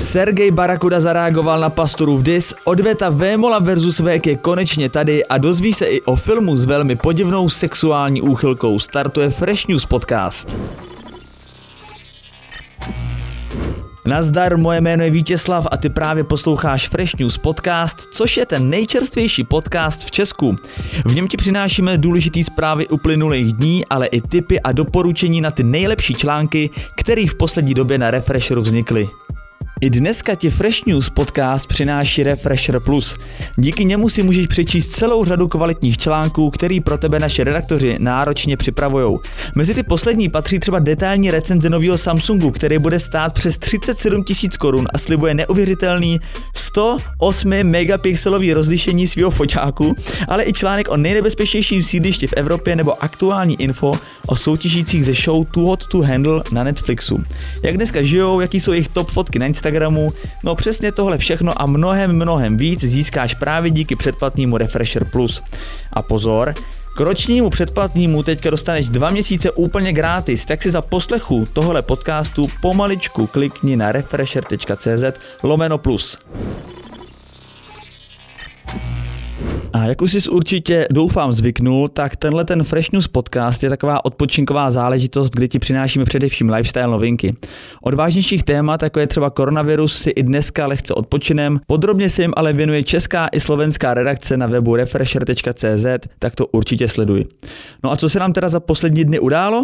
Sergej Barakuda zareagoval na Pastorův diss, odveta Vémola versus Vék je konečně tady a dozví se i o filmu s velmi podivnou sexuální úchylkou. Startuje Fresh News podcast. Nazdar, moje jméno je Vítězslav a ty právě posloucháš Fresh News podcast, což je ten nejčerstvější podcast v Česku. V něm ti přinášíme důležitý zprávy uplynulých dní, ale i tipy a doporučení na ty nejlepší články, které v poslední době na Refresheru vznikly. I dneska ti Fresh News podcast přináší Refresher Plus. Díky němu si můžeš přečíst celou řadu kvalitních článků, který pro tebe naši redaktoři náročně připravujou. Mezi ty poslední patří třeba detailní recenze nového Samsungu, který bude stát přes 37 000 korun a slibuje neuvěřitelný 108 megapixelový rozlišení svého foťáku, ale i článek o nejnebezpečnějším sídlišti v Evropě nebo aktuální info o soutěžících ze show Too Hot to Handle na Netflixu. Jak dneska žijou, jaký jsou jejich top fotky na Instagramu, no přesně tohle všechno a mnohem víc získáš právě díky předplatnému Refresher Plus. A pozor, k ročnímu předplatnému teďka dostaneš 2 měsíce úplně gratis, tak si za poslechu tohle podcastu pomaličku klikni na refresher.cz/plus. A jak už jsi určitě doufám zvyknul, tak tenhle ten Fresh News podcast je taková odpočinková záležitost, kdy ti přinášíme především lifestyle novinky. Od vážnějších témat, jako je třeba koronavirus, si i dneska lehce odpočinem, podrobně se jim ale věnuje česká i slovenská redakce na webu refresher.cz, tak to určitě sleduj. No a co se nám teda za poslední dny událo?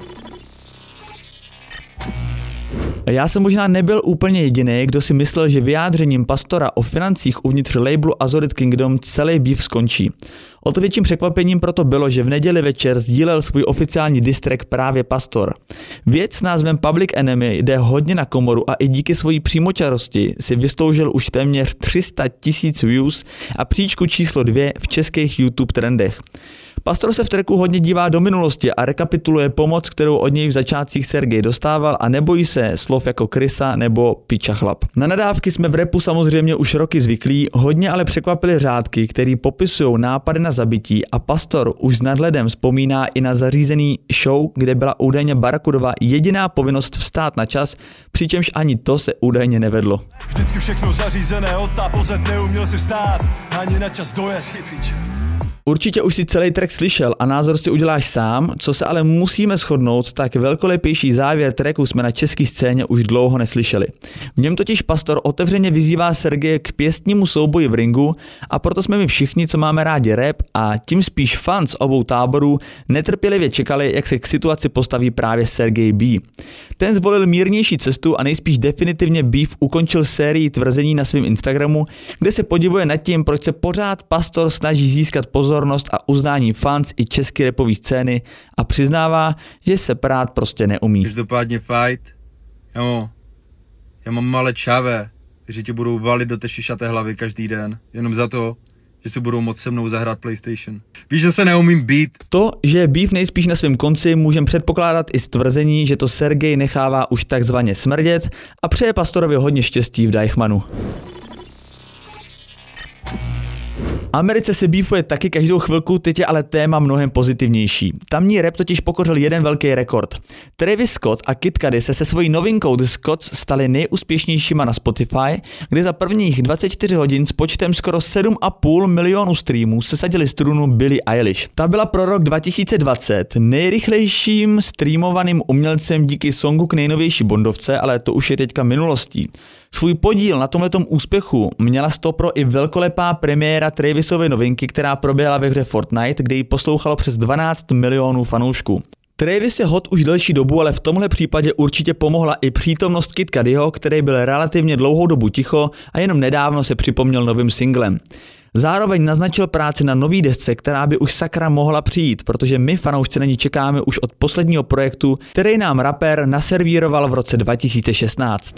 Já jsem možná nebyl úplně jediný, kdo si myslel, že vyjádřením Pastora o financích uvnitř labelu Azorit Kingdom celý beef skončí. O to větším překvapením proto bylo, že v neděli večer sdílel svůj oficiální diss track právě Pastor. Věc s názvem Public Enemy jde hodně na komoru a i díky svojí přímočarosti si vystoužil už téměř 300 000 views a příčku číslo 2 v českých YouTube trendech. Pastor se v tracku hodně dívá do minulosti a rekapituluje pomoc, kterou od něj v začátcích Sergej dostával a nebojí se slov jako krysa nebo piča chlap. Na nadávky jsme v rapu samozřejmě už roky zvyklí, hodně ale překvapily řádky, které popisují nápady na zabití a Pastor už s nadhledem vzpomíná i na zařízený show, kde byla údajně Barakudova jediná povinnost vstát na čas, přičemž ani to se údajně nevedlo. Vždycky všechno zařízené, odtápozet neuměl si vstát, ani na čas dojet. Určitě už si celý track slyšel a názor si uděláš sám, co se ale musíme shodnout, tak velkolepější závěr tracku jsme na české scéně už dlouho neslyšeli. V něm totiž Pastor otevřeně vyzývá Sergeje k pěstnímu souboji v ringu a proto jsme my všichni, co máme rádi rap a tím spíš fans obou táborů, netrpělivě čekali, jak se k situaci postaví právě Sergej B. Ten zvolil mírnější cestu a nejspíš definitivně beef ukončil sérii tvrzení na svém Instagramu, kde se podivuje nad tím, proč se pořád Pastor snaží získat pozornost a uznání fans i české rapové scény a přiznává, že se prát prostě neumí. Každopádně fight, já mám malé čavé, že ti budou valit do té šišaté hlavy každý den, jenom za to, že si budou moct se mnou zahrát PlayStation. Víš, že se neumím být. To, že je beef nejspíš na svém konci, můžeme předpokládat i z tvrzení, že to Sergej nechává už takzvaně smrdět a přeje Pastorovi hodně štěstí v Deichmannu. Americe se beefuje taky každou chvilku, teď je ale téma mnohem pozitivnější. Tamní rap totiž pokořil jeden velký rekord. Travis Scott a Kid Cudi se svojí novinkou The Scotts stali nejúspěšnějšíma na Spotify, kde za prvních 24 hodin s počtem skoro 7,5 milionu streamů sesadili strunu Billie Eilish. Ta byla pro rok 2020 nejrychlejším streamovaným umělcem díky songu k nejnovější Bondovce, ale to už je teďka minulostí. Svůj podíl na tomhletom úspěchu měla stopro i velkolepá premiéra Travisovy novinky, která proběhla ve hře Fortnite, kde ji poslouchalo přes 12 milionů fanoušků. Travis je hot už delší dobu, ale v tomhle případě určitě pomohla i přítomnost Kid Cudiho, který byl relativně dlouhou dobu ticho a jenom nedávno se připomněl novým singlem. Zároveň naznačil práci na nový desce, která by už sakra mohla přijít, protože my fanoušci na ní čekáme už od posledního projektu, který nám rapper naservíroval v roce 2016.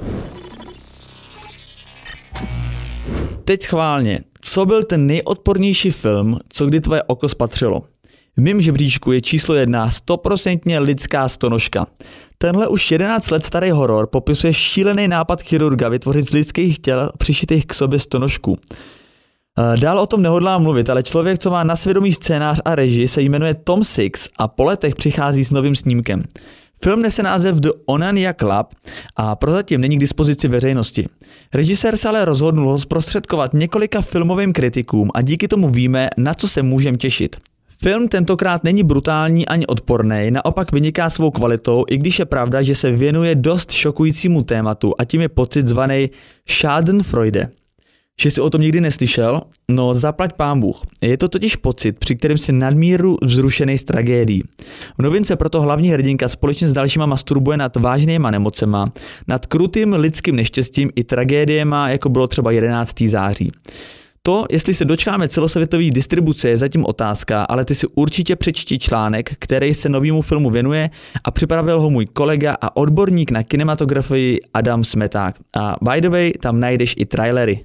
Teď schválně, co byl ten nejodpornější film, co kdy tvoje oko spatřilo? V mém žebříčku je číslo 1 100% Lidská stonožka. Tenhle už 11 let starý horor popisuje šílený nápad chirurga vytvořit z lidských těl přišitých k sobě stonožku. Dál o tom nehodlám mluvit, ale člověk, co má na svědomí scénář a režii, se jmenuje Tom Six a po letech přichází s novým snímkem. Film nese název The Onania Club a prozatím není k dispozici veřejnosti. Režisér se ale rozhodl ho zprostředkovat několika filmovým kritikům a díky tomu víme, na co se můžeme těšit. Film tentokrát není brutální ani odporný, naopak vyniká svou kvalitou, i když je pravda, že se věnuje dost šokujícímu tématu a tím je pocit zvaný Schadenfreude. Že jsi o tom nikdy neslyšel? No zaplať pán Bůh. Je to totiž pocit, při kterém si nadmíru vzrušený z tragédií. V novince proto hlavní hrdinka společně s dalšíma masturbuje nad vážnýma nemocema, nad krutým lidským neštěstím i tragédiema, jako bylo třeba 11. září. To, jestli se dočkáme celosvětové distribuce, je zatím otázka, ale ty si určitě přečti článek, který se novému filmu věnuje a připravil ho můj kolega a odborník na kinematografii Adam Smeták. A by the way, tam najdeš i trailery.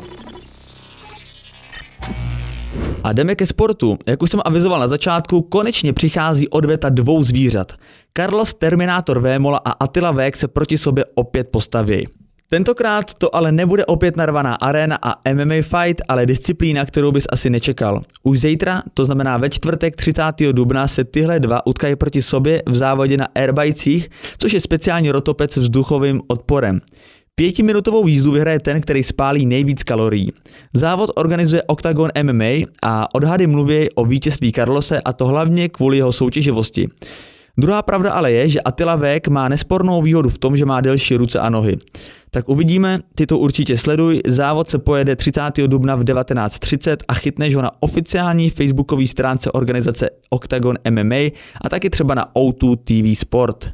A jdeme ke sportu. Jak už jsem avizoval na začátku, konečně přichází odveta dvou zvířat. Carlos Terminator Vémola a Attila Vek se proti sobě opět postaví. Tentokrát to ale nebude opět narvaná aréna a MMA fight, ale disciplína, kterou bys asi nečekal. Už zítra, to znamená ve čtvrtek 30. dubna, se tyhle dva utkají proti sobě v závodě na airbajcích, což je speciální rotopec s vzduchovým odporem. 5minutovou jízdu vyhraje ten, který spálí nejvíc kalorií. Závod organizuje Octagon MMA a odhady mluví o vítězství Carlose, a to hlavně kvůli jeho soutěživosti. Druhá pravda ale je, že Attila Vek má nespornou výhodu v tom, že má delší ruce a nohy. Tak uvidíme, ty to určitě sleduj, závod se pojede 30. dubna v 19:30 a chytneš ho na oficiální facebookové stránce organizace Octagon MMA a taky třeba na O2 TV Sport.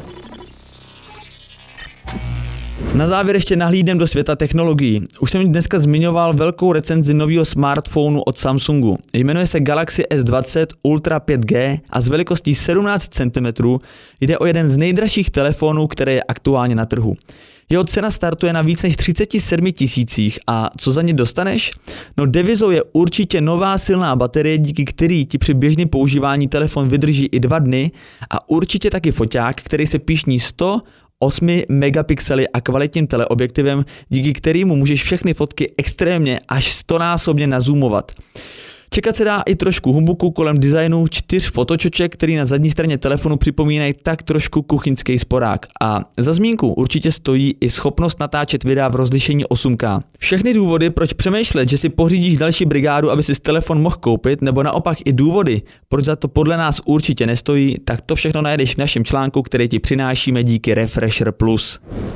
Na závěr ještě nahlídnem do světa technologií. Už jsem dneska zmiňoval velkou recenzi nového smartphonu od Samsungu. Jmenuje se Galaxy S20 Ultra 5G a s velikostí 17 cm jde o jeden z nejdražších telefonů, který je aktuálně na trhu. Jeho cena startuje na víc než 37 000 a co za ně dostaneš? No devizou je určitě nová silná baterie, díky který ti při běžném používání telefon vydrží i 2 dny a určitě taky foťák, který se pyšní 108 megapixely a kvalitním teleobjektivem, díky kterému můžeš všechny fotky extrémně až 100násobně nazoomovat. Čekat se dá i trošku humbuku kolem designu 4 fotočoček, který na zadní straně telefonu připomínají tak trošku kuchyňský sporák. A za zmínku určitě stojí i schopnost natáčet videa v rozlišení 8K. Všechny důvody, proč přemýšlet, že si pořídíš další brigádu, aby si telefon mohl koupit, nebo naopak i důvody, proč za to podle nás určitě nestojí, tak to všechno najdeš v našem článku, který ti přinášíme díky Refresher Plus.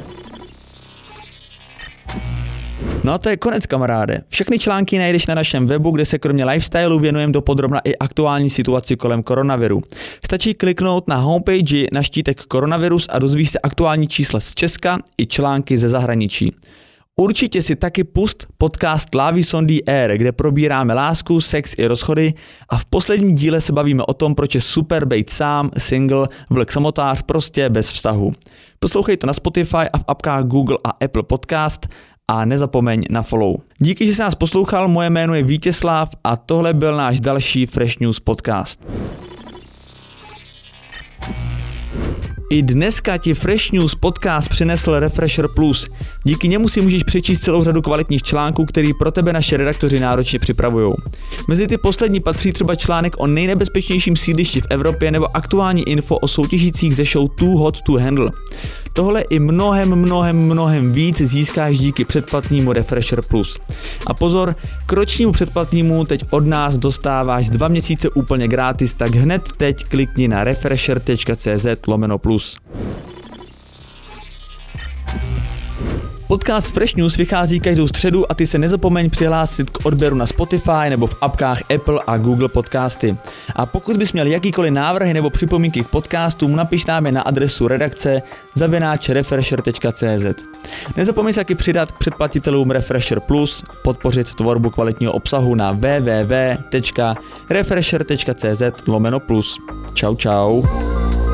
No a to je konec, kamaráde. Všechny články najdeš na našem webu, kde se kromě lifestylu věnujeme dopodrobna i aktuální situaci kolem koronaviru. Stačí kliknout na homepage na štítek koronavirus a dozvíš se aktuální čísla z Česka i články ze zahraničí. Určitě si taky pust podcast Love on the Air, kde probíráme lásku, sex i rozchody a v posledním díle se bavíme o tom, proč je super být sám, single, vlk samotář, prostě bez vztahu. Poslouchej to na Spotify a v apkách Google a Apple Podcast a nezapomeň na follow. Díky, že jsi nás poslouchal, moje jméno je Vítězslav a tohle byl náš další Fresh News podcast. I dneska ti Fresh News podcast přinesl Refresher Plus. Díky němu si můžeš přečíst celou řadu kvalitních článků, který pro tebe naše redaktoři náročně připravují. Mezi ty poslední patří třeba článek o nejnebezpečnějším sídlišti v Evropě nebo aktuální info o soutěžících ze show Too Hot to Handle. Tohle i mnohem víc získáš díky předplatnému Refresher Plus. A pozor, k ročnímu předplatnému teď od nás dostáváš 2 měsíce úplně gratis, tak hned teď klikni na refresher.cz/plus. Podcast Fresh News vychází každou středu a ty se nezapomeň přihlásit k odběru na Spotify nebo v apkách Apple a Google Podcasty. A pokud bys měl jakýkoliv návrhy nebo připomínky k podcastům, napiš nám je na adresu redakce@refresher.cz. Nezapomeň se taky přidat k předplatitelům Refresher Plus, podpořit tvorbu kvalitního obsahu na www.refresher.cz/plus. Čau.